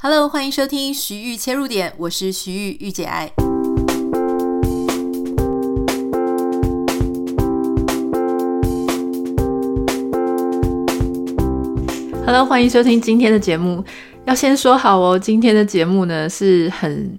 Hello， 欢迎收听徐玉切入点，我是徐玉玉姐爱。Hello， 欢迎收听今天的节目。要先说好哦，今天的节目呢是很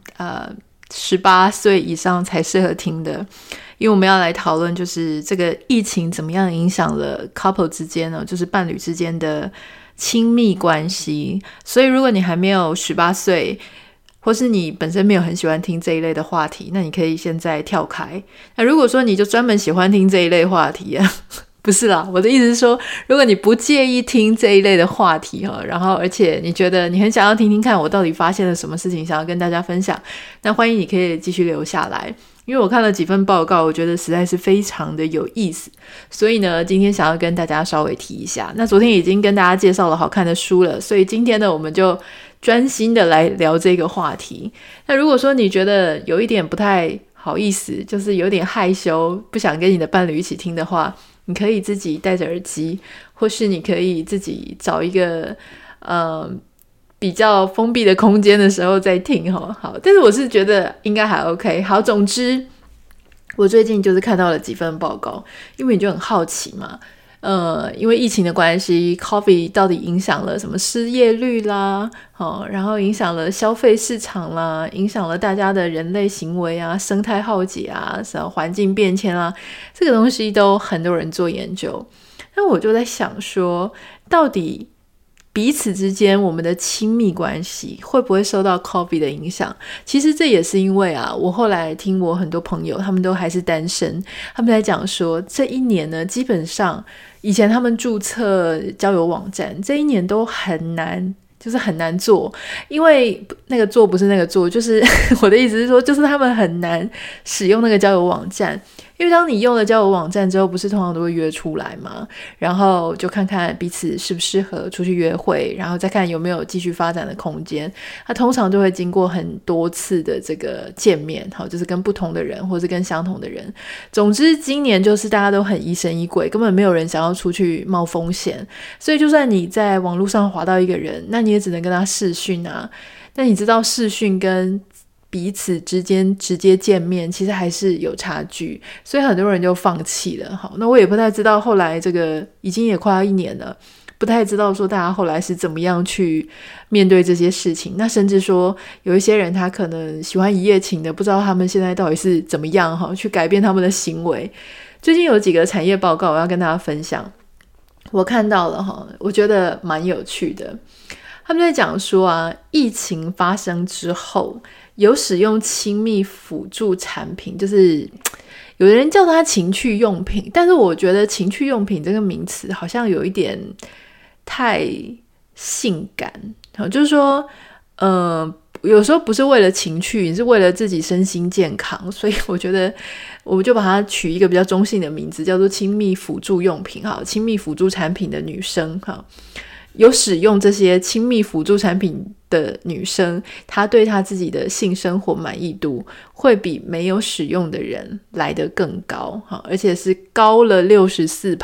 18岁以上才适合听的，因为我们要来讨论就是这个疫情怎么样影响了 couple 之间呢，就是伴侣之间的亲密关系。所以如果你还没有18岁，或是你本身没有很喜欢听这一类的话题，那你可以现在跳开。那如果说你就专门喜欢听这一类话题不是啦，我的意思是说，如果你不介意听这一类的话题然后而且你觉得你很想要听听看我到底发现了什么事情想要跟大家分享，那欢迎你可以继续留下来。因为我看了几份报告，我觉得实在是非常的有意思，所以呢今天想要跟大家稍微提一下。那昨天已经跟大家介绍了好看的书了，所以今天呢我们就专心的来聊这个话题。那如果说你觉得有一点不太好意思，就是有点害羞，不想跟你的伴侣一起听的话，你可以自己戴着耳机，或是你可以自己找一个比较封闭的空间的时候再听好，但是我是觉得应该还 OK。 好，总之我最近就是看到了几份报告，因为你就很好奇嘛，因为疫情的关系 COVID 到底影响了什么失业率啦，然后影响了消费市场啦，影响了大家的人类行为啊，生态浩劫啊，什么环境变迁啊，这个东西都很多人做研究。那我就在想说，到底彼此之间我们的亲密关系会不会受到 COVID 的影响？其实这也是因为我后来听我很多朋友他们都还是单身，他们在讲说这一年呢，基本上以前他们注册交友网站，这一年都很难，就是很难做。因为那个做不是那个做，就是我的意思是说，就是他们很难使用那个交友网站。因为当你用了交友网站之后，不是通常都会约出来吗？然后就看看彼此适不适合出去约会，然后再看有没有继续发展的空间。它通常都会经过很多次的这个见面，就是跟不同的人或是跟相同的人。总之今年就是大家都很疑神疑鬼，根本没有人想要出去冒风险，所以就算你在网络上滑到一个人，那你也只能跟他视讯啊。那你知道视讯跟彼此之间直接见面其实还是有差距，所以很多人就放弃了。好，那我也不太知道后来这个已经也快要1年了，不太知道说大家后来是怎么样去面对这些事情。那甚至说有一些人他可能喜欢一夜情的，不知道他们现在到底是怎么样去改变他们的行为。最近有几个产业报告我要跟大家分享，我看到了我觉得蛮有趣的。他们在讲说疫情发生之后有使用亲密辅助产品，就是有人叫它情趣用品，但是我觉得情趣用品这个名词好像有一点太性感，就是说有时候不是为了情趣，你是为了自己身心健康，所以我觉得我们就把它取一个比较中性的名字，叫做亲密辅助用品，亲密辅助产品的女生有使用这些亲密辅助产品的女生，她对她自己的性生活满意度会比没有使用的人来得更高，而且是高了 64%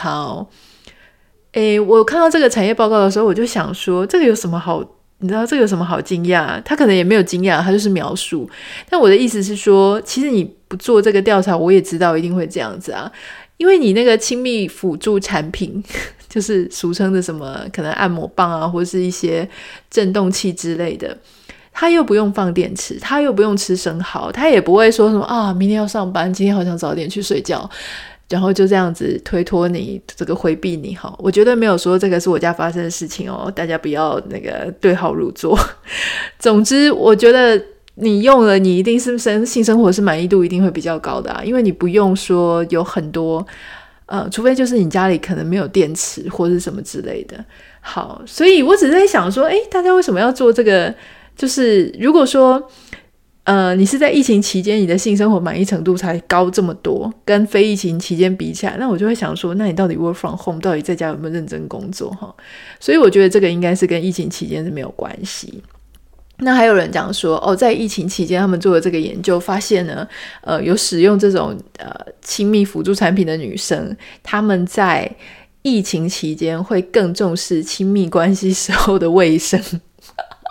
我看到这个产业报告的时候，我就想说这个有什么好，你知道这个有什么好惊讶？他可能也没有惊讶，他就是描述。但我的意思是说，其实你不做这个调查，我也知道一定会这样子因为你那个亲密辅助产品就是俗称的什么可能按摩棒或是一些震动器之类的，他又不用放电池，他又不用吃生蚝，他也不会说什么明天要上班，今天好想早点去睡觉，然后就这样子推脱你，这个回避你我绝对没有说这个是我家发生的事情大家不要那个对号入座。总之我觉得你用了，你一定是性生活是满意度一定会比较高的因为你不用说有很多除非就是你家里可能没有电池或是什么之类的。好，所以我只是在想说大家为什么要做这个，就是如果说你是在疫情期间你的性生活满意程度才高这么多，跟非疫情期间比起来，那我就会想说，那你到底 work from home 到底在家有没有认真工作所以我觉得这个应该是跟疫情期间是没有关系。那还有人讲说在疫情期间他们做的这个研究发现呢有使用这种亲密辅助产品的女生，他们在疫情期间会更重视亲密关系时候的卫生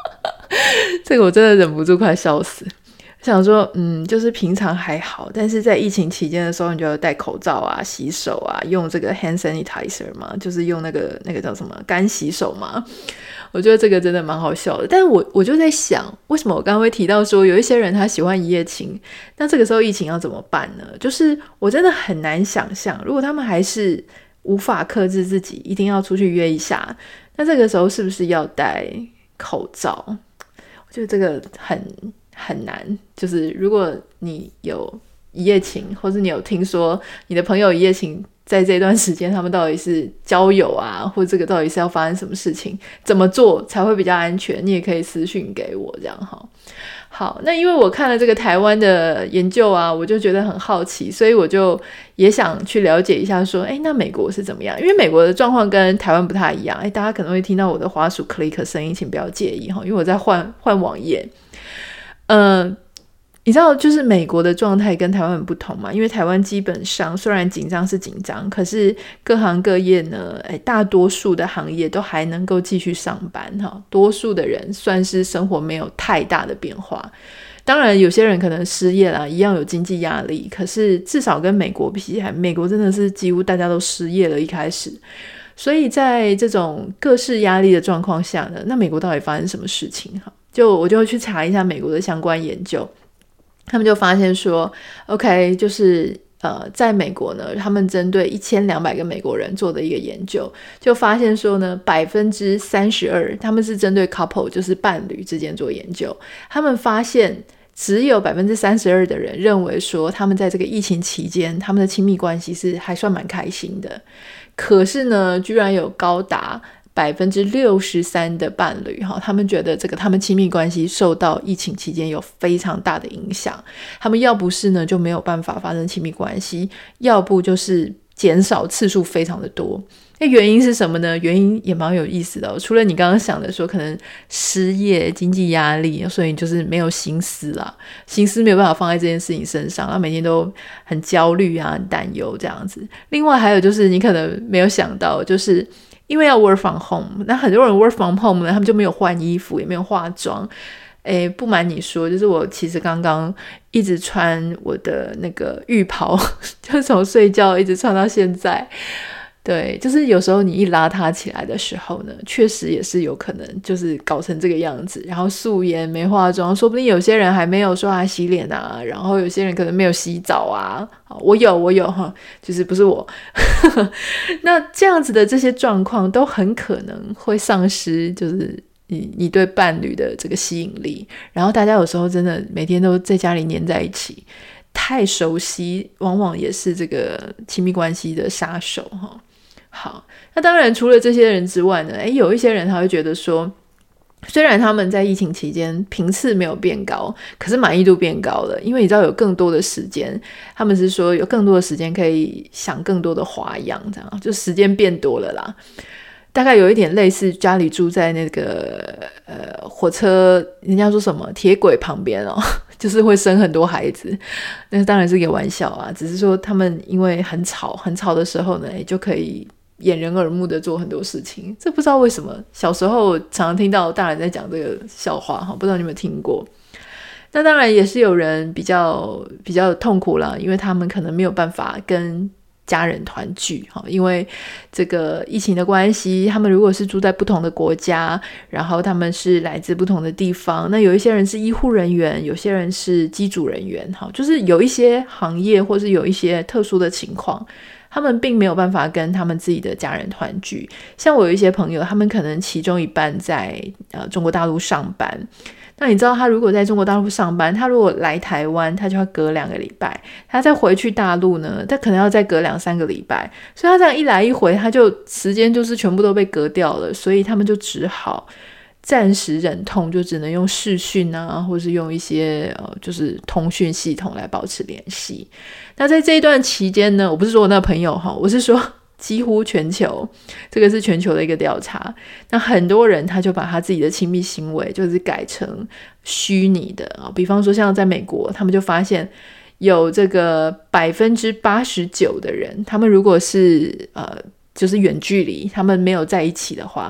这个我真的忍不住快笑死。想说就是平常还好，但是在疫情期间的时候，你就要戴口罩啊、洗手啊，用这个 hand sanitizer 嘛，就是用那个叫什么干洗手嘛。我觉得这个真的蛮好笑的。但是我就在想，为什么我刚刚会提到说有一些人他喜欢一夜情，那这个时候疫情要怎么办呢？就是我真的很难想象，如果他们还是无法克制自己一定要出去约一下，那这个时候是不是要戴口罩？我觉得这个很难。就是如果你有一夜情，或是你有听说你的朋友一夜情，在这段时间他们到底是交友啊，或者这个到底是要发生什么事情，怎么做才会比较安全，你也可以私讯给我这样。好，那因为我看了这个台湾的研究啊，我就觉得很好奇，所以我就也想去了解一下说那美国是怎么样。因为美国的状况跟台湾不太一样，大家可能会听到我的滑鼠 click 声音，请不要介意，因为我在换网页。你知道就是美国的状态跟台湾很不同嘛，因为台湾基本上虽然紧张是紧张，可是各行各业呢，大多数的行业都还能够继续上班，多数的人算是生活没有太大的变化。当然有些人可能失业啦，一样有经济压力，可是至少跟美国比起来，美国真的是几乎大家都失业了一开始。所以在这种各式压力的状况下呢，那美国到底发生什么事情？我就去查一下美国的相关研究，他们就发现说 OK 就是在美国呢，他们针对1200个美国人做的一个研究，就发现说呢 32%， 他们是针对 couple 就是伴侣之间做研究，他们发现只有 32% 的人认为说他们在这个疫情期间他们的亲密关系是还算蛮开心的，可是呢居然有高达63% 的伴侣他们觉得这个他们亲密关系受到疫情期间有非常大的影响，他们要不是呢就没有办法发生亲密关系，要不就是减少次数非常的多。那原因是什么呢？原因也蛮有意思的除了你刚刚想的说可能失业、经济压力，所以就是没有心思啦，心思没有办法放在这件事情身上，他每天都很焦虑啊、很担忧这样子。另外还有就是你可能没有想到，就是因为要 work from home， 那很多人 work from home 呢，他们就没有换衣服，也没有化妆。不瞒你说，就是我其实刚刚一直穿我的那个浴袍，就从睡觉一直穿到现在。对，就是有时候你一邋遢起来的时候呢，确实也是有可能就是搞成这个样子，然后素颜没化妆，说不定有些人还没有刷牙洗脸啊，然后有些人可能没有洗澡啊。我有哈，就是不是我那这样子的这些状况都很可能会丧失就是你对伴侣的这个吸引力，然后大家有时候真的每天都在家里黏在一起，太熟悉往往也是这个亲密关系的杀手哈。好，那当然除了这些人之外呢，有一些人他会觉得说，虽然他们在疫情期间频次没有变高，可是满意度变高了，因为你知道有更多的时间，他们是说有更多的时间可以想更多的花样，这样就时间变多了啦。大概有一点类似家里住在那个火车，人家说什么铁轨旁边就是会生很多孩子，那当然是个玩笑啊，只是说他们因为很吵的时候呢，就可以掩人耳目的做很多事情。这不知道为什么小时候常常听到大人在讲这个笑话，不知道你有没有听过。那当然也是有人比较痛苦啦，因为他们可能没有办法跟家人团聚，因为这个疫情的关系，他们如果是住在不同的国家，然后他们是来自不同的地方，那有一些人是医护人员，有些人是机组人员，就是有一些行业或是有一些特殊的情况，他们并没有办法跟他们自己的家人团聚。像我有一些朋友，他们可能其中一半在中国大陆上班，那你知道他如果在中国大陆上班，他如果来台湾，他就要隔2个礼拜，他再回去大陆呢，他可能要再隔2-3个礼拜，所以他这样一来一回，他就时间就是全部都被隔掉了，所以他们就只好暂时忍痛，就只能用视讯啊，或是用一些就是通讯系统来保持联系。那在这一段期间呢，我不是说我那个朋友我是说几乎全球，这个是全球的一个调查，那很多人他就把他自己的亲密行为就是改成虚拟的比方说像在美国，他们就发现有这个 89% 的人，他们如果是就是远距离，他们没有在一起的话，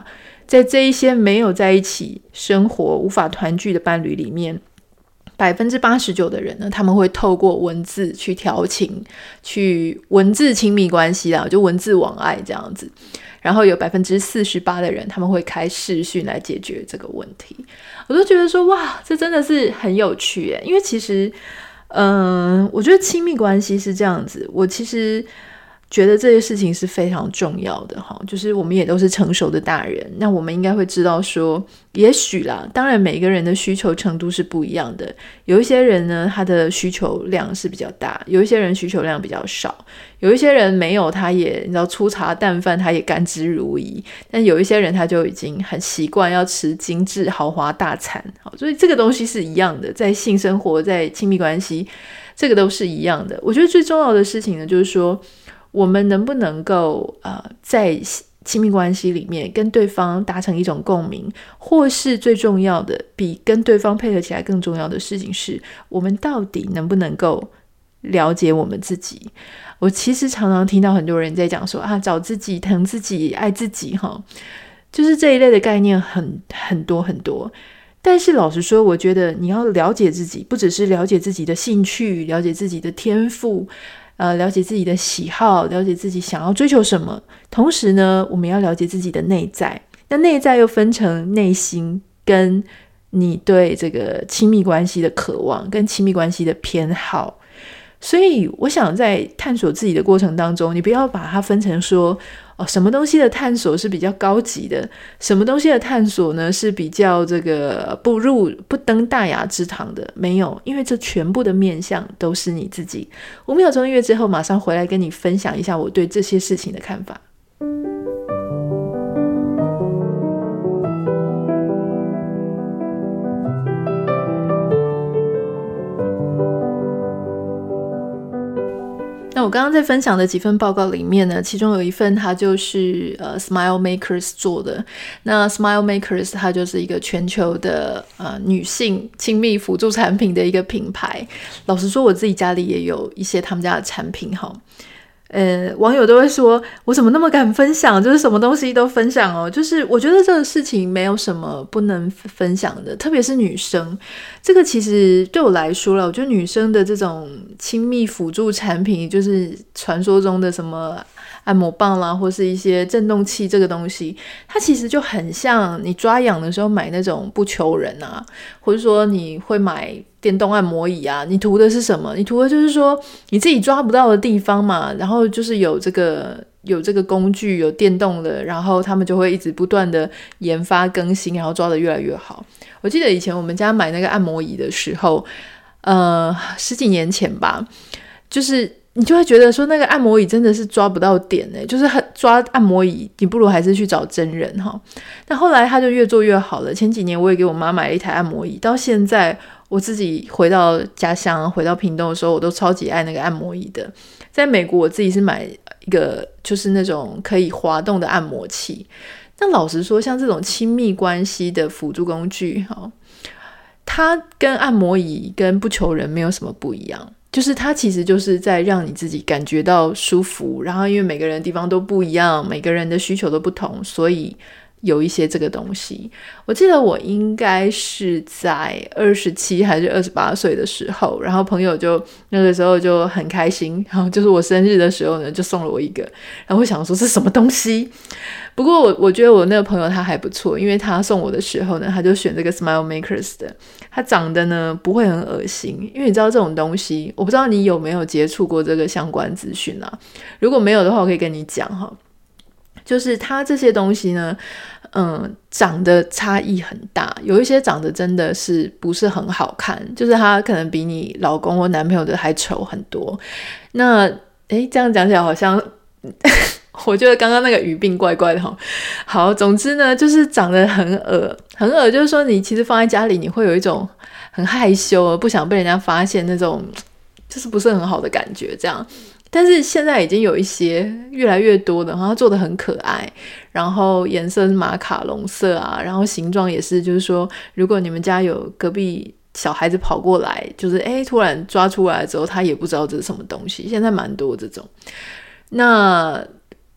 在这一些没有在一起生活无法团聚的伴侣里面，89%的人呢，他们会透过文字去调情，去文字亲密关系啦，就文字往爱这样子。然后有48%的人，他们会开视讯来解决这个问题。我都觉得说，哇，这真的是很有趣耶！因为其实，我觉得亲密关系是这样子，我其实觉得这些事情是非常重要的哈，就是我们也都是成熟的大人，那我们应该会知道说，也许啦，当然每个人的需求程度是不一样的，有一些人呢，他的需求量是比较大，有一些人需求量比较少，有一些人没有，他也你知道粗茶淡饭，他也甘之如饴，但有一些人他就已经很习惯要吃精致豪华大餐，好，所以这个东西是一样的，在性生活，在亲密关系，这个都是一样的。我觉得最重要的事情呢，就是说我们能不能够在亲密关系里面跟对方达成一种共鸣，或是最重要的比跟对方配合起来更重要的事情是，我们到底能不能够了解我们自己。我其实常常听到很多人在讲说找自己、疼自己、爱自己就是这一类的概念很多很多。但是老实说，我觉得你要了解自己，不只是了解自己的兴趣，了解自己的天赋，了解自己的喜好，了解自己想要追求什么，同时呢，我们要了解自己的内在。那内在又分成内心跟你对这个亲密关系的渴望，跟亲密关系的偏好。所以我想在探索自己的过程当中，你不要把它分成说什么东西的探索是比较高级的，什么东西的探索呢是比较这个不登大雅之堂的，没有，因为这全部的面向都是你自己。5秒钟音乐之后马上回来跟你分享一下我对这些事情的看法。那我刚刚在分享的几份报告里面呢，其中有一份它就是Smile Makers 做的。那 Smile Makers 它就是一个全球的女性亲密辅助产品的一个品牌。老实说，我自己家里也有一些他们家的产品哈。网友都会说我怎么那么敢分享，就是什么东西都分享哦。就是我觉得这个事情没有什么不能分享的，特别是女生，这个其实对我来说啦，我觉得女生的这种亲密辅助产品，就是传说中的什么按摩棒啦，或是一些震动器，这个东西它其实就很像你抓痒的时候买那种不求人啊，或者说你会买电动按摩椅啊，你图的是什么？你图的就是说你自己抓不到的地方嘛，然后就是有这个工具，有电动的，然后他们就会一直不断的研发更新，然后抓得越来越好。我记得以前我们家买那个按摩椅的时候10几年前吧，就是你就会觉得说那个按摩椅真的是抓不到点就是抓按摩椅你不如还是去找真人那后来他就越做越好了，前几年我也给我妈买了一台按摩椅，到现在我自己回到家乡回到屏东的时候，我都超级爱那个按摩椅的。在美国我自己是买一个就是那种可以滑动的按摩器。那老实说，像这种亲密关系的辅助工具它跟按摩椅跟不求人没有什么不一样，就是它其实就是在让你自己感觉到舒服，然后因为每个人的地方都不一样，每个人的需求都不同，所以有一些这个东西。我记得我应该是在27还是28岁的时候，然后朋友就那个时候就很开心，然后就是我生日的时候呢就送了我一个，然后我想说这什么东西。不过我觉得我那个朋友他还不错，因为他送我的时候呢，他就选这个 Smile Makers 的，他长得呢不会很恶心，因为你知道这种东西，我不知道你有没有接触过这个相关资讯啊，如果没有的话我可以跟你讲就是它这些东西呢长得差异很大，有一些长得真的是不是很好看，就是它可能比你老公或男朋友的还丑很多。那这样讲起来好像我觉得刚刚那个语病怪怪的好，总之呢就是长得很恶，就是说你其实放在家里你会有一种很害羞不想被人家发现那种就是不是很好的感觉这样。但是现在已经有一些越来越多的，然后做得很可爱，然后颜色是马卡龙色啊，然后形状也是，就是说如果你们家有隔壁小孩子跑过来，就是突然抓出来之后他也不知道这是什么东西，现在蛮多这种。那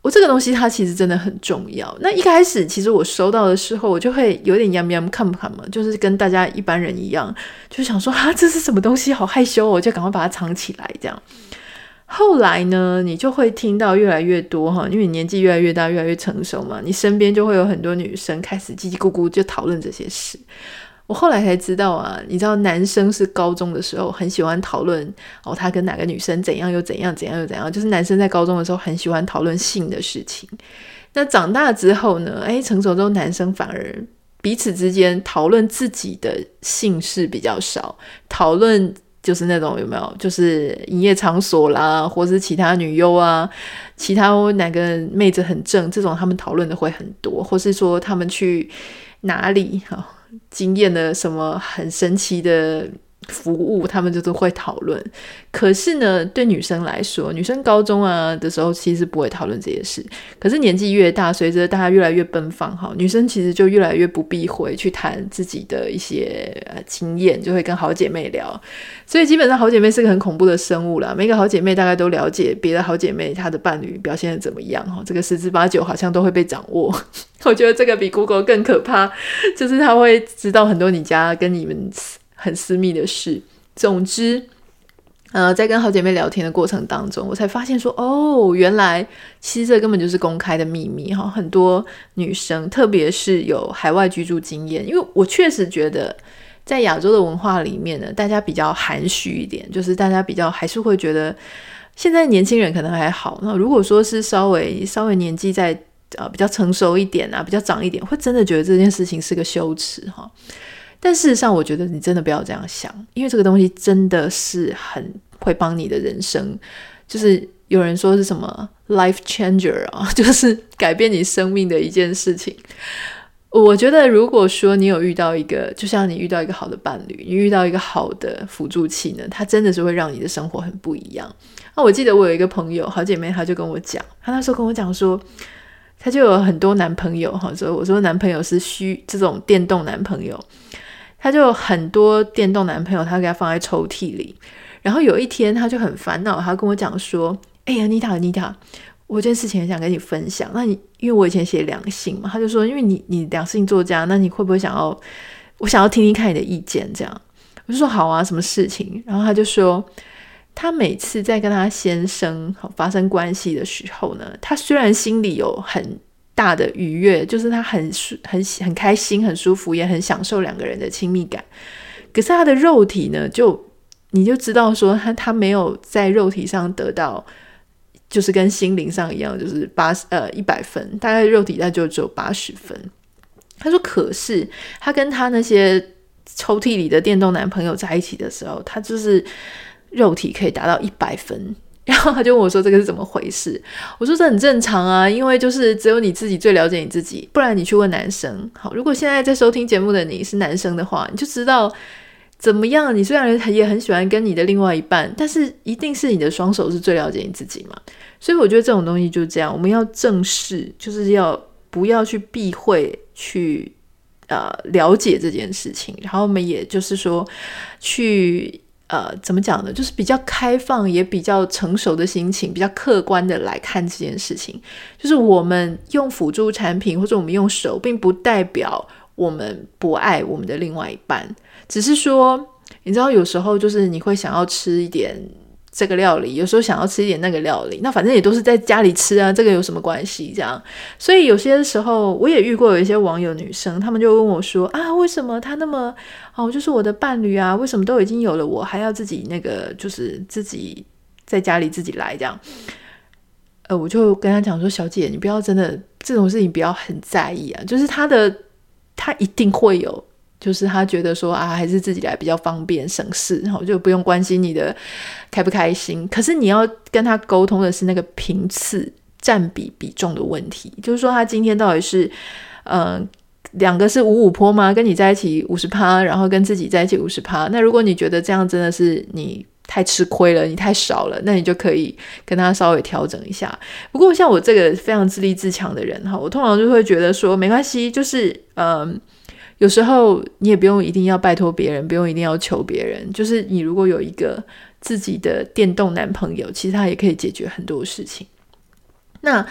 我这个东西它其实真的很重要。那一开始其实我收到的时候，我就会有点yam yam看不看嘛，就是跟大家一般人一样，就想说这是什么东西，好害羞我就赶快把它藏起来这样。后来呢，你就会听到越来越多因为你年纪越来越大，越来越成熟嘛，你身边就会有很多女生开始叽叽咕咕就讨论这些事。我后来才知道你知道男生是高中的时候很喜欢讨论他跟哪个女生怎样又怎样怎样又怎样，就是男生在高中的时候很喜欢讨论性的事情。那长大之后呢，成熟之后男生反而彼此之间讨论自己的性事比较少，讨论就是那种有没有就是营业场所啦，或是其他女优啊，其他哪个妹子很正，这种他们讨论的会很多，或是说他们去哪里经验了什么很神奇的服务，他们就会讨论。可是呢，对女生来说，女生高中的时候其实不会讨论这些事，可是年纪越大，随着大家越来越奔放女生其实就越来越不避讳去谈自己的一些经验，就会跟好姐妹聊。所以基本上好姐妹是个很恐怖的生物啦，每个好姐妹大概都了解别的好姐妹她的伴侣表现得怎么样这个十之八九好像都会被掌握。我觉得这个比 Google 更可怕，就是他会知道很多你家跟你们很私密的事。总之在跟好姐妹聊天的过程当中，我才发现说原来其实这根本就是公开的秘密很多女生特别是有海外居住经验，因为我确实觉得在亚洲的文化里面呢，大家比较含蓄一点，就是大家比较还是会觉得现在年轻人可能还好，那如果说是稍微年纪在比较成熟一点比较长一点，会真的觉得这件事情是个羞耻但事实上我觉得你真的不要这样想，因为这个东西真的是很会帮你的人生，就是有人说是什么 life changer 就是改变你生命的一件事情。我觉得如果说你有遇到一个，就像你遇到一个好的伴侣，你遇到一个好的辅助器呢，它真的是会让你的生活很不一样。我记得我有一个朋友好姐妹，她就跟我讲，她那时候跟我讲说她就有很多男朋友所以我说男朋友是这种电动男朋友，她就有很多电动男朋友，她给他放在抽屉里。然后有一天她就很烦恼，她跟我讲说Anita，我有件事情很想跟你分享。那你因为我以前写两性嘛，她就说因为你两性作家，那你会不会我想要听听看你的意见这样。我就说好啊，什么事情？然后她就说她每次在跟她先生发生关系的时候呢，她虽然心里有很大的愉悦，就是她很开心很舒服，也很享受两个人的亲密感，可是她的肉体呢你就知道说她没有在肉体上得到就是跟心灵上一样，就是100分，大概肉体就只有80分。她说可是她跟她那些抽屉里的电动男朋友在一起的时候，她就是肉体可以达到100分。然后他就问我说这个是怎么回事，我说这很正常啊，因为就是只有你自己最了解你自己，不然你去问男生。好，如果现在在收听节目的你是男生的话，你就知道怎么样，你虽然也很喜欢跟你的另外一半，但是一定是你的双手是最了解你自己嘛。所以我觉得这种东西就是这样，我们要正视，就是不要去避讳去了解这件事情，然后我们也就是说去怎么讲呢，就是比较开放也比较成熟的心情，比较客观的来看这件事情。就是我们用辅助产品或者我们用手，并不代表我们不爱我们的另外一半，只是说你知道有时候就是你会想要吃一点这个料理，有时候想要吃一点那个料理，那反正也都是在家里吃啊，这个有什么关系这样。所以有些时候我也遇过有一些网友女生，她们就问我说为什么她那么就是我的伴侣为什么都已经有了，我还要自己就是自己在家里自己来这样。我就跟她讲说，小姐你不要真的这种事情不要很在意就是她一定会有，就是他觉得说还是自己来比较方便省事，就不用关心你的开不开心。可是你要跟他沟通的是那个频次占比重的问题，就是说他今天到底是两个是5-5坡吗？跟你在一起 50%， 然后跟自己在一起 50%。 那如果你觉得这样真的是你太吃亏了，你太少了，那你就可以跟他稍微调整一下。不过像我这个非常自立自强的人我通常就会觉得说没关系，就是有时候你也不用一定要拜托别人，不用一定要求别人，就是你如果有一个自己的电动男朋友，其实他也可以解决很多事情。那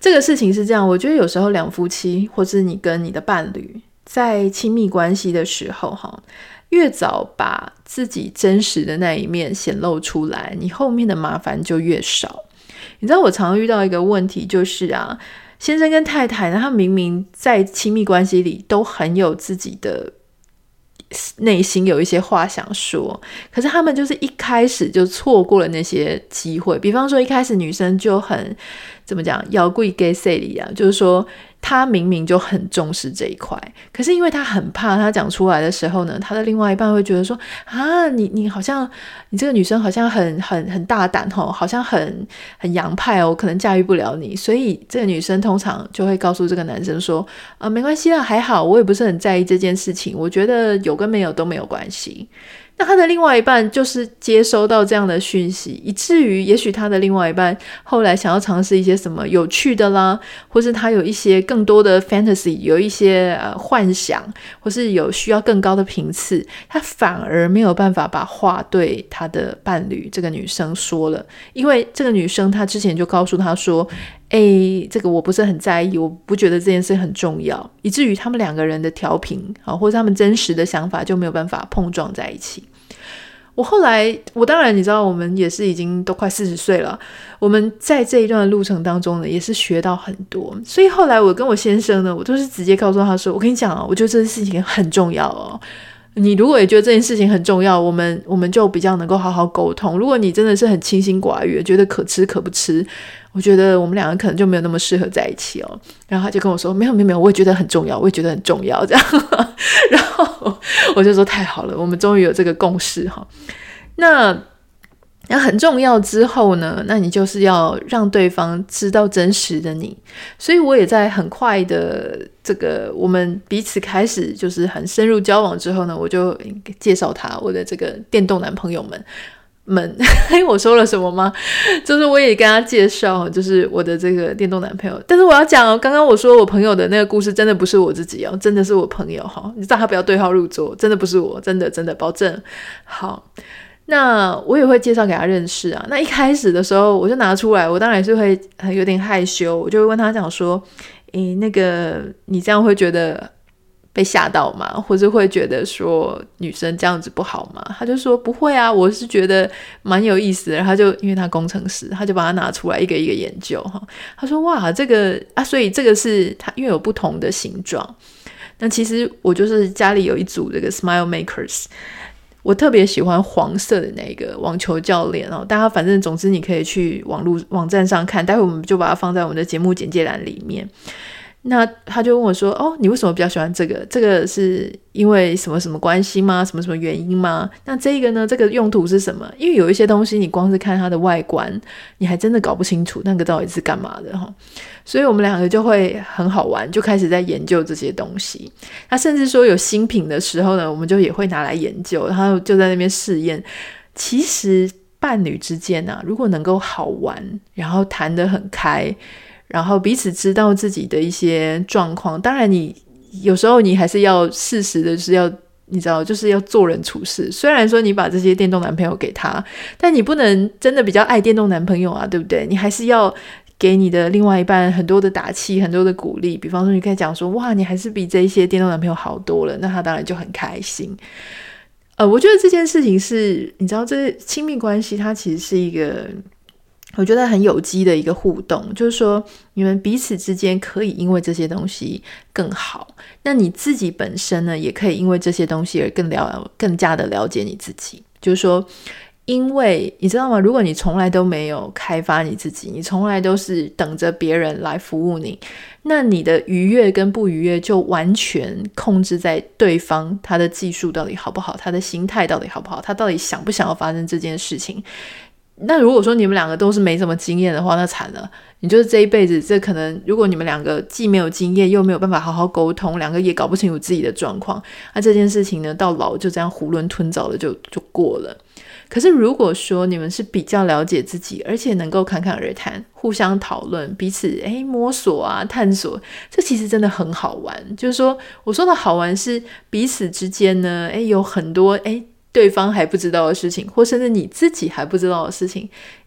这个事情是这样，我觉得有时候两夫妻或是你跟你的伴侣在亲密关系的时候越早把自己真实的那一面显露出来，你后面的麻烦就越少。你知道我常遇到一个问题就是先生跟太太呢，他明明在亲密关系里都很有自己的内心有一些话想说，可是他们就是一开始就错过了那些机会。比方说一开始女生就很怎么讲，要贵给谁里就是说她明明就很重视这一块，可是因为她很怕她讲出来的时候呢，她的另外一半会觉得说你好像你这个女生好像很大胆好像很洋派可能驾驭不了你，所以这个女生通常就会告诉这个男生说没关系啦，还好，我也不是很在意这件事情，我觉得有跟没有都没有关系。那他的另外一半就是接收到这样的讯息，以至于也许他的另外一半后来想要尝试一些什么有趣的啦，或是他有一些更多的 fantasy， 有一些幻想，或是有需要更高的频次，他反而没有办法把话对他的伴侣这个女生说了，因为这个女生她之前就告诉他说这个我不是很在意，我不觉得这件事很重要，以至于他们两个人的调频或者他们真实的想法就没有办法碰撞在一起。我当然你知道我们也是已经都快40岁了，我们在这一段的路程当中呢也是学到很多，所以后来我跟我先生呢，我都是直接告诉他说，我跟你讲我觉得这件事情很重要你如果也觉得这件事情很重要，我们就比较能够好好沟通。如果你真的是很清心寡欲，觉得可吃可不吃，我觉得我们两个可能就没有那么适合在一起然后他就跟我说没有，我也觉得很重要，我也觉得很重要这样然后我就说太好了，我们终于有这个共识那很重要之后呢，那你就是要让对方知道真实的你。所以我也在很快的这个我们彼此开始就是很深入交往之后呢，我就介绍他我的这个电动男朋友们我说了什么吗？就是我也跟他介绍就是我的这个电动男朋友。但是我要讲刚刚我说我朋友的那个故事真的不是我自己真的是我朋友你知道他不要对号入座，真的不是我，真的保证。好，那我也会介绍给他认识那一开始的时候我就拿出来，我当然是会有点害羞，我就会问他讲说那个你这样会觉得被吓到吗？或者会觉得说女生这样子不好吗？他就说不会我是觉得蛮有意思的。他就因为他工程师，他就把它拿出来一个一个研究他说哇这个所以这个是他因为有不同的形状。那其实我就是家里有一组这个 Smile Makers，我特别喜欢黄色的那个网球教练大家反正总之你可以去网站上看，待会我们就把它放在我们的节目简介栏里面。那他就问我说你为什么比较喜欢这个？这个是因为什么什么关系吗？什么什么原因吗？那这个呢？这个用途是什么？因为有一些东西你光是看它的外观你还真的搞不清楚那个到底是干嘛的所以我们两个就会很好玩，就开始在研究这些东西。那甚至说有新品的时候呢，我们就也会拿来研究，然后就在那边试验。其实伴侣之间如果能够好玩，然后谈得很开，然后彼此知道自己的一些状况，当然你有时候你还是要适时的是要你知道就是要做人处事。虽然说你把这些电动男朋友给他，但你不能真的比较爱电动男朋友对不对？你还是要给你的另外一半很多的打气，很多的鼓励。比方说你可以讲说哇你还是比这一些电动男朋友好多了，那他当然就很开心。我觉得这件事情是你知道这亲密关系它其实是一个我觉得很有机的一个互动，就是说你们彼此之间可以因为这些东西更好，那你自己本身呢也可以因为这些东西而更加的了解你自己。就是说因为你知道吗，如果你从来都没有开发你自己，你从来都是等着别人来服务你，那你的愉悦跟不愉悦就完全控制在对方他的技术到底好不好，他的心态到底好不好，他到底想不想要发生这件事情。那如果说你们两个都是没什么经验的话，那惨了，你就是这一辈子这可能如果你们两个既没有经验又没有办法好好沟通，两个也搞不清楚自己的状况，那这件事情呢到老就这样囫囵吞枣的就过了。可是如果说你们是比较了解自己，而且能够侃侃而谈，互相讨论，彼此摸索探索，这其实真的很好玩。就是说我说的好玩是彼此之间呢有很多对方还不知道的事情，或甚至你自己还不知道的事情，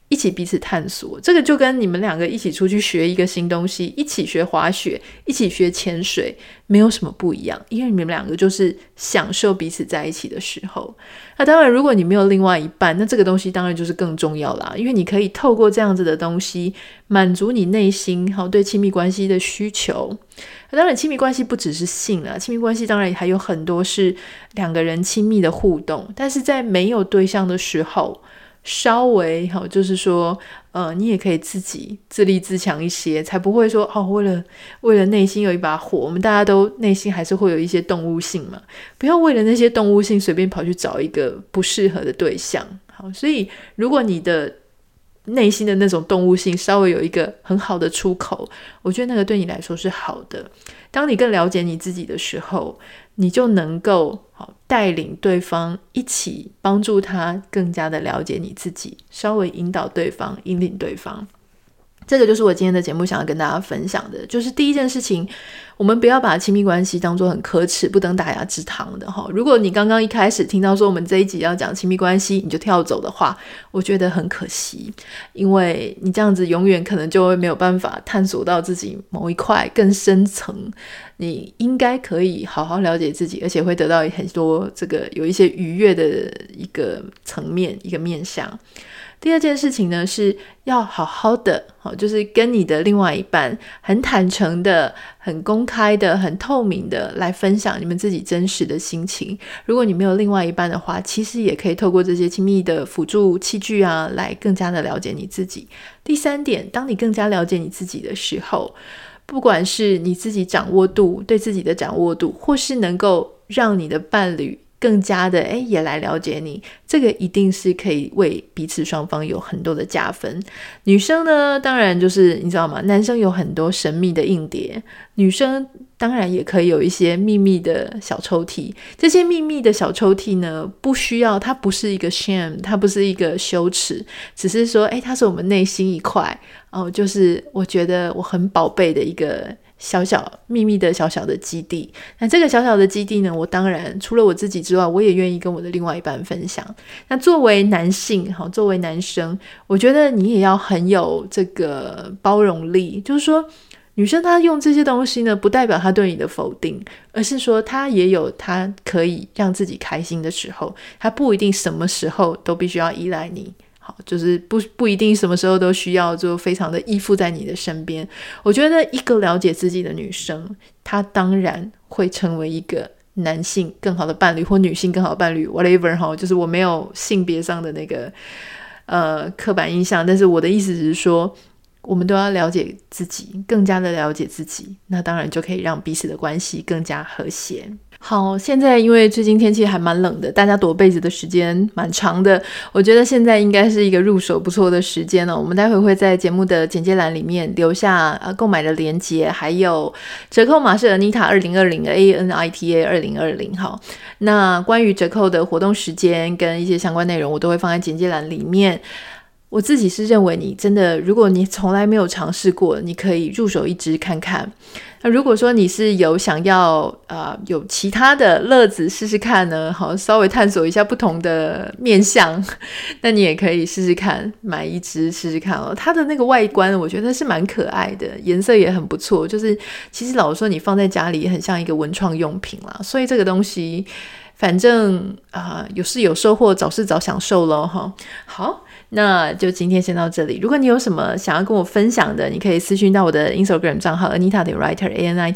一起彼此探索，这个就跟你们两个一起出去学一个新东西，一起学滑雪，一起学潜水，没有什么不一样，因为你们两个就是享受彼此在一起的时候。那当然如果你没有另外一半，那这个东西当然就是更重要啦，因为你可以透过这样子的东西满足你内心对亲密关系的需求。当然亲密关系不只是性啦，亲密关系当然还有很多是两个人亲密的互动，但是在没有对象的时候，稍微就是说你也可以自己自立自强一些，才不会说为了内心有一把火，我们大家都内心还是会有一些动物性嘛，不要为了那些动物性随便跑去找一个不适合的对象。好，所以如果你的内心的那种动物性稍微有一个很好的出口，我觉得那个对你来说是好的。当你更了解你自己的时候，你就能够带领对方一起帮助他更加的了解你自己，稍微引导对方，引领对方。这个就是我今天的节目想要跟大家分享的，就是第一件事情，我们不要把亲密关系当作很可耻不登大雅之堂的。如果你刚刚一开始听到说我们这一集要讲亲密关系你就跳走的话，我觉得很可惜，因为你这样子永远可能就会没有办法探索到自己某一块更深层，你应该可以好好了解自己，而且会得到很多这个有一些愉悦的一个层面，一个面向。第二件事情呢，是要好好的就是跟你的另外一半很坦诚的、很公开的、很透明的来分享你们自己真实的心情。如果你没有另外一半的话，其实也可以透过这些亲密的辅助器具啊，来更加的了解你自己。第三点，当你更加了解你自己的时候，不管是你自己对自己的掌握度，或是能够让你的伴侣更加的也来了解你，这个一定是可以为彼此双方有很多的加分。女生呢，当然就是你知道吗，男生有很多神秘的硬碟，女生当然也可以有一些秘密的小抽屉。这些秘密的小抽屉呢，不需要，它不是一个 shame， 它不是一个羞耻，只是说它是我们内心一块就是我觉得我很宝贝的一个小小秘密的小小的基地。那这个小小的基地呢，我当然除了我自己之外，我也愿意跟我的另外一半分享。那作为男性作为男生，我觉得你也要很有这个包容力，就是说女生她用这些东西呢，不代表她对你的否定，而是说她也有她可以让自己开心的时候，她不一定什么时候都必须要依赖你，就是不一定什么时候都需要就非常的依附在你的身边。我觉得一个了解自己的女生，她当然会成为一个男性更好的伴侣，或女性更好的伴侣 whatever 就是我没有性别上的那个刻板印象，但是我的意思只是说我们都要了解自己，更加的了解自己，那当然就可以让彼此的关系更加和谐。好，现在因为最近天气还蛮冷的，大家躲被子的时间蛮长的，我觉得现在应该是一个入手不错的时间了。我们待会会在节目的简介栏里面留下购买的连结，还有折扣码是 Anita 2020 ANITA 2020。好，那关于折扣的活动时间跟一些相关内容，我都会放在简介栏里面。我自己是认为你真的，如果你从来没有尝试过，你可以入手一支看看。那如果说你是有想要有其他的乐子试试看呢，好，稍微探索一下不同的面向，那你也可以试试看，买一支试试看哦。它的那个外观我觉得是蛮可爱的，颜色也很不错，就是其实老实说你放在家里也很像一个文创用品啦，所以这个东西反正有事有收获，找事找享受咯哈。好，那就今天先到这里。如果你有什么想要跟我分享的，你可以私讯到我的 Instagram 账号 Anita.Writer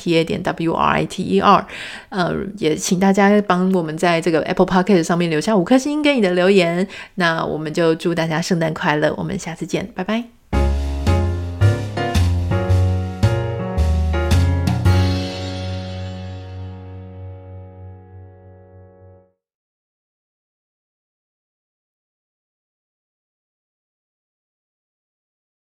ANITA.WRITER。也请大家帮我们在这个 Apple Podcast 上面留下5颗星跟你的留言。那我们就祝大家圣诞快乐，我们下次见，拜拜。